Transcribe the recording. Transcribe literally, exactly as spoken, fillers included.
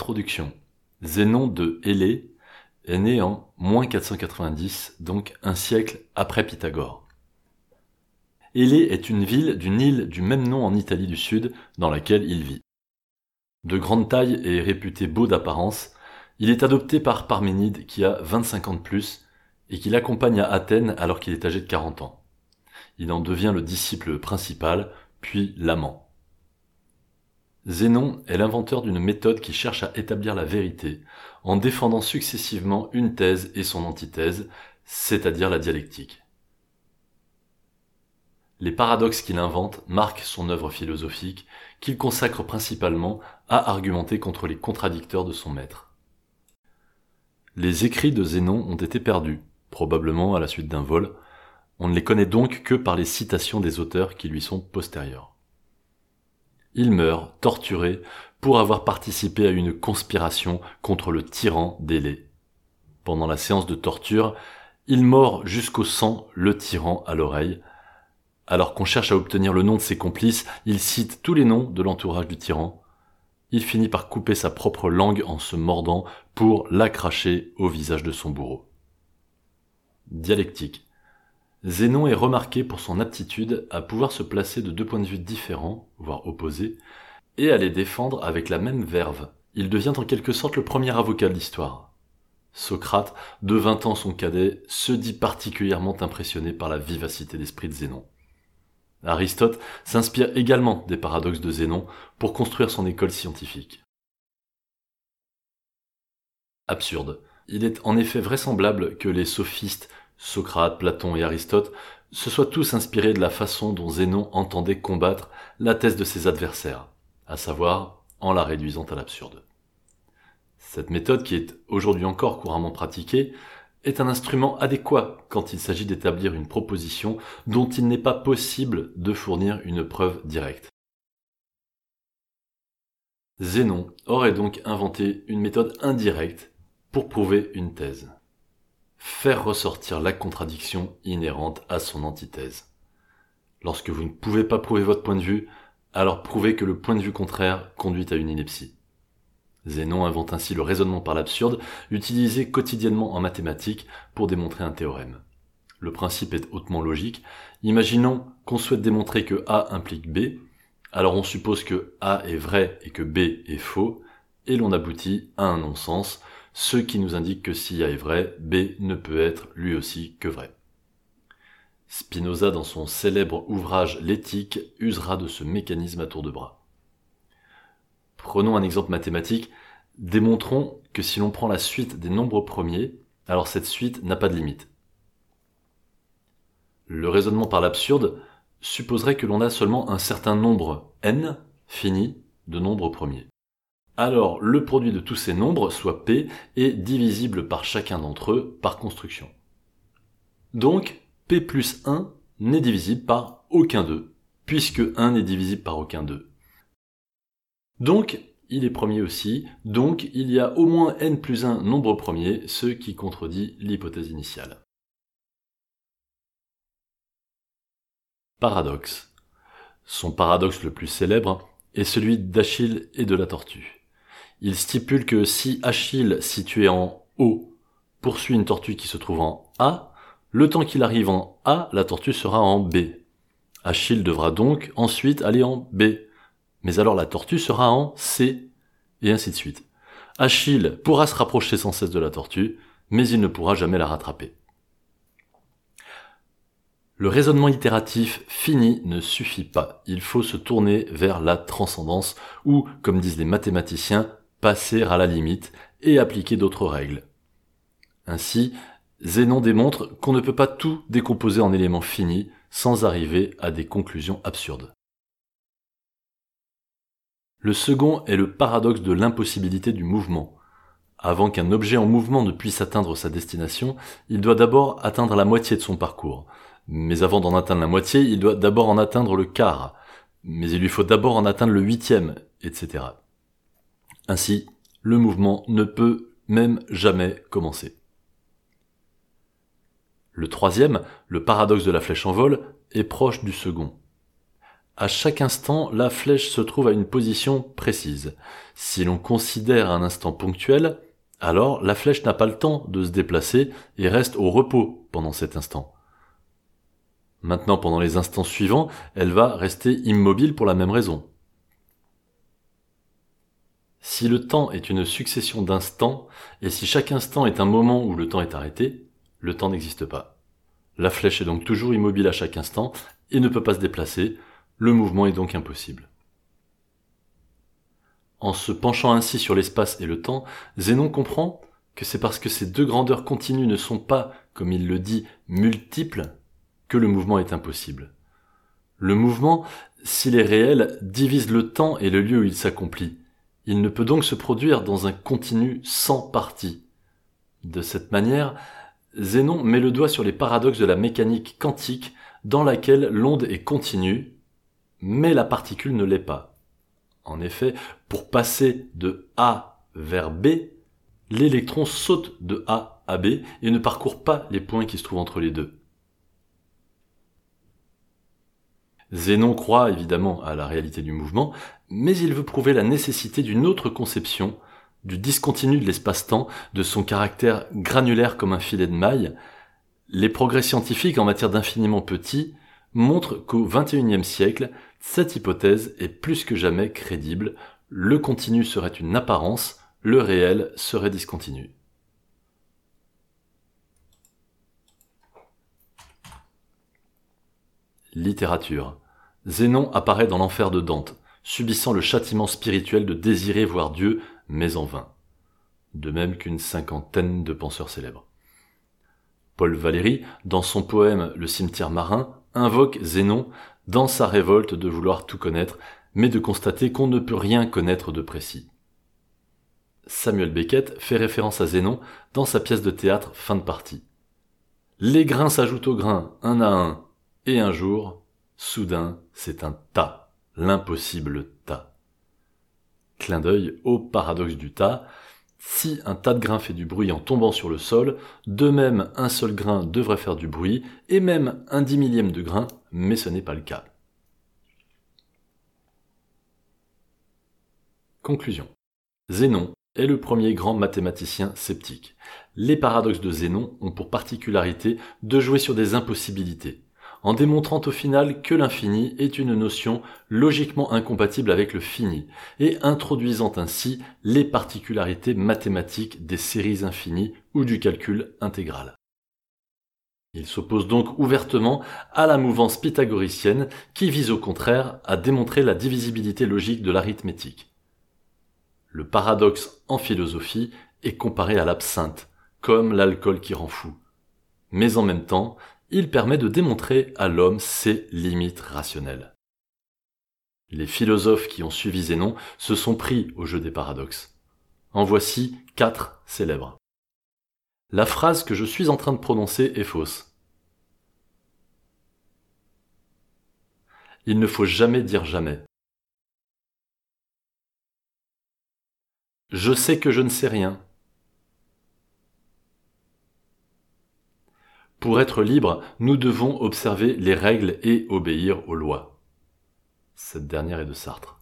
Introduction. Zénon de Élée est né en moins quatre cent quatre-vingt-dix, donc un siècle après Pythagore. Élée est une ville d'une île du même nom en Italie du Sud, dans laquelle il vit. De grande taille et réputé beau d'apparence, il est adopté par Parménide qui a vingt-cinq ans de plus et qui l'accompagne à Athènes alors qu'il est âgé de quarante ans. Il en devient le disciple principal, puis l'amant. Zénon est l'inventeur d'une méthode qui cherche à établir la vérité, en défendant successivement une thèse et son antithèse, c'est-à-dire la dialectique. Les paradoxes qu'il invente marquent son œuvre philosophique, qu'il consacre principalement à argumenter contre les contradicteurs de son maître. Les écrits de Zénon ont été perdus, probablement à la suite d'un vol. On ne les connaît donc que par les citations des auteurs qui lui sont postérieurs. Il meurt, torturé, pour avoir participé à une conspiration contre le tyran d'Élée. Pendant la séance de torture, il mord jusqu'au sang le tyran à l'oreille. Alors qu'on cherche à obtenir le nom de ses complices, il cite tous les noms de l'entourage du tyran. Il finit par couper sa propre langue en se mordant pour la cracher au visage de son bourreau. Dialectique. Zénon est remarqué pour son aptitude à pouvoir se placer de deux points de vue différents, voire opposés, et à les défendre avec la même verve. Il devient en quelque sorte le premier avocat de l'histoire. Socrate, de vingt ans son cadet, se dit particulièrement impressionné par la vivacité d'esprit de Zénon. Aristote s'inspire également des paradoxes de Zénon pour construire son école scientifique. Absurde. Il est en effet vraisemblable que les sophistes Socrate, Platon et Aristote se soient tous inspirés de la façon dont Zénon entendait combattre la thèse de ses adversaires, à savoir en la réduisant à l'absurde. Cette méthode, qui est aujourd'hui encore couramment pratiquée, est un instrument adéquat quand il s'agit d'établir une proposition dont il n'est pas possible de fournir une preuve directe. Zénon aurait donc inventé une méthode indirecte pour prouver une thèse. Faire ressortir la contradiction inhérente à son antithèse. Lorsque vous ne pouvez pas prouver votre point de vue, alors prouvez que le point de vue contraire conduit à une ineptie. Zénon invente ainsi le raisonnement par l'absurde, utilisé quotidiennement en mathématiques pour démontrer un théorème. Le principe est hautement logique. Imaginons qu'on souhaite démontrer que A implique B, alors on suppose que A est vrai et que B est faux, et l'on aboutit à un non-sens, ce qui nous indique que si A est vrai, B ne peut être lui aussi que vrai. Spinoza, dans son célèbre ouvrage L'Éthique, usera de ce mécanisme à tour de bras. Prenons un exemple mathématique. Démontrons que si l'on prend la suite des nombres premiers, alors cette suite n'a pas de limite. Le raisonnement par l'absurde supposerait que l'on a seulement un certain nombre n fini de nombres premiers. Alors le produit de tous ces nombres, soit P, est divisible par chacun d'entre eux par construction. Donc P plus un n'est divisible par aucun d'eux, puisque un n'est divisible par aucun d'eux. Donc il est premier aussi, donc il y a au moins n plus un nombre premier, ce qui contredit l'hypothèse initiale. Paradoxe. Son paradoxe le plus célèbre est celui d'Achille et de la tortue. Il stipule que si Achille, situé en O, poursuit une tortue qui se trouve en A, le temps qu'il arrive en A, la tortue sera en B. Achille devra donc ensuite aller en B. Mais alors la tortue sera en C, et ainsi de suite. Achille pourra se rapprocher sans cesse de la tortue, mais il ne pourra jamais la rattraper. Le raisonnement itératif fini ne suffit pas. Il faut se tourner vers la transcendance, ou, comme disent les mathématiciens, passer à la limite et appliquer d'autres règles. Ainsi, Zénon démontre qu'on ne peut pas tout décomposer en éléments finis sans arriver à des conclusions absurdes. Le second est le paradoxe de l'impossibilité du mouvement. Avant qu'un objet en mouvement ne puisse atteindre sa destination, il doit d'abord atteindre la moitié de son parcours. Mais avant d'en atteindre la moitié, il doit d'abord en atteindre le quart. Mais il lui faut d'abord en atteindre le huitième, et cetera. Ainsi, le mouvement ne peut même jamais commencer. Le troisième, le paradoxe de la flèche en vol, est proche du second. À chaque instant, la flèche se trouve à une position précise. Si l'on considère un instant ponctuel, alors la flèche n'a pas le temps de se déplacer et reste au repos pendant cet instant. Maintenant, pendant les instants suivants, elle va rester immobile pour la même raison. Si le temps est une succession d'instants, et si chaque instant est un moment où le temps est arrêté, le temps n'existe pas. La flèche est donc toujours immobile à chaque instant et ne peut pas se déplacer, le mouvement est donc impossible. En se penchant ainsi sur l'espace et le temps, Zénon comprend que c'est parce que ces deux grandeurs continues ne sont pas, comme il le dit, multiples, que le mouvement est impossible. Le mouvement, s'il est réel, divise le temps et le lieu où il s'accomplit. Il ne peut donc se produire dans un continu sans partie. De cette manière, Zénon met le doigt sur les paradoxes de la mécanique quantique dans laquelle l'onde est continue, mais la particule ne l'est pas. En effet, pour passer de A vers B, l'électron saute de A à B et ne parcourt pas les points qui se trouvent entre les deux. Zénon croit évidemment à la réalité du mouvement, mais il veut prouver la nécessité d'une autre conception, du discontinu de l'espace-temps, de son caractère granulaire comme un filet de maille. Les progrès scientifiques en matière d'infiniment petit montrent qu'au vingt et unième siècle, cette hypothèse est plus que jamais crédible. Le continu serait une apparence, le réel serait discontinu. Littérature. Zénon apparaît dans l'enfer de Dante, subissant le châtiment spirituel de désirer voir Dieu, mais en vain. De même qu'une cinquantaine de penseurs célèbres. Paul Valéry, dans son poème Le cimetière marin, invoque Zénon dans sa révolte de vouloir tout connaître, mais de constater qu'on ne peut rien connaître de précis. Samuel Beckett fait référence à Zénon dans sa pièce de théâtre Fin de partie. Les grains s'ajoutent aux grains, un à un, et un jour, soudain, c'est un tas, l'impossible tas. Clin d'œil au paradoxe du tas. Si un tas de grains fait du bruit en tombant sur le sol, de même un seul grain devrait faire du bruit, et même un dix millième de grain, mais ce n'est pas le cas. Conclusion. Zénon est le premier grand mathématicien sceptique. Les paradoxes de Zénon ont pour particularité de jouer sur des impossibilités, en démontrant au final que l'infini est une notion logiquement incompatible avec le fini, et introduisant ainsi les particularités mathématiques des séries infinies ou du calcul intégral. Il s'oppose donc ouvertement à la mouvance pythagoricienne qui vise au contraire à démontrer la divisibilité logique de l'arithmétique. Le paradoxe en philosophie est comparé à l'absinthe, comme l'alcool qui rend fou. Mais en même temps, il permet de démontrer à l'homme ses limites rationnelles. Les philosophes qui ont suivi Zénon se sont pris au jeu des paradoxes. En voici quatre célèbres. La phrase que je suis en train de prononcer est fausse. Il ne faut jamais dire jamais. Je sais que je ne sais rien. Pour être libre, nous devons observer les règles et obéir aux lois. Cette dernière est de Sartre.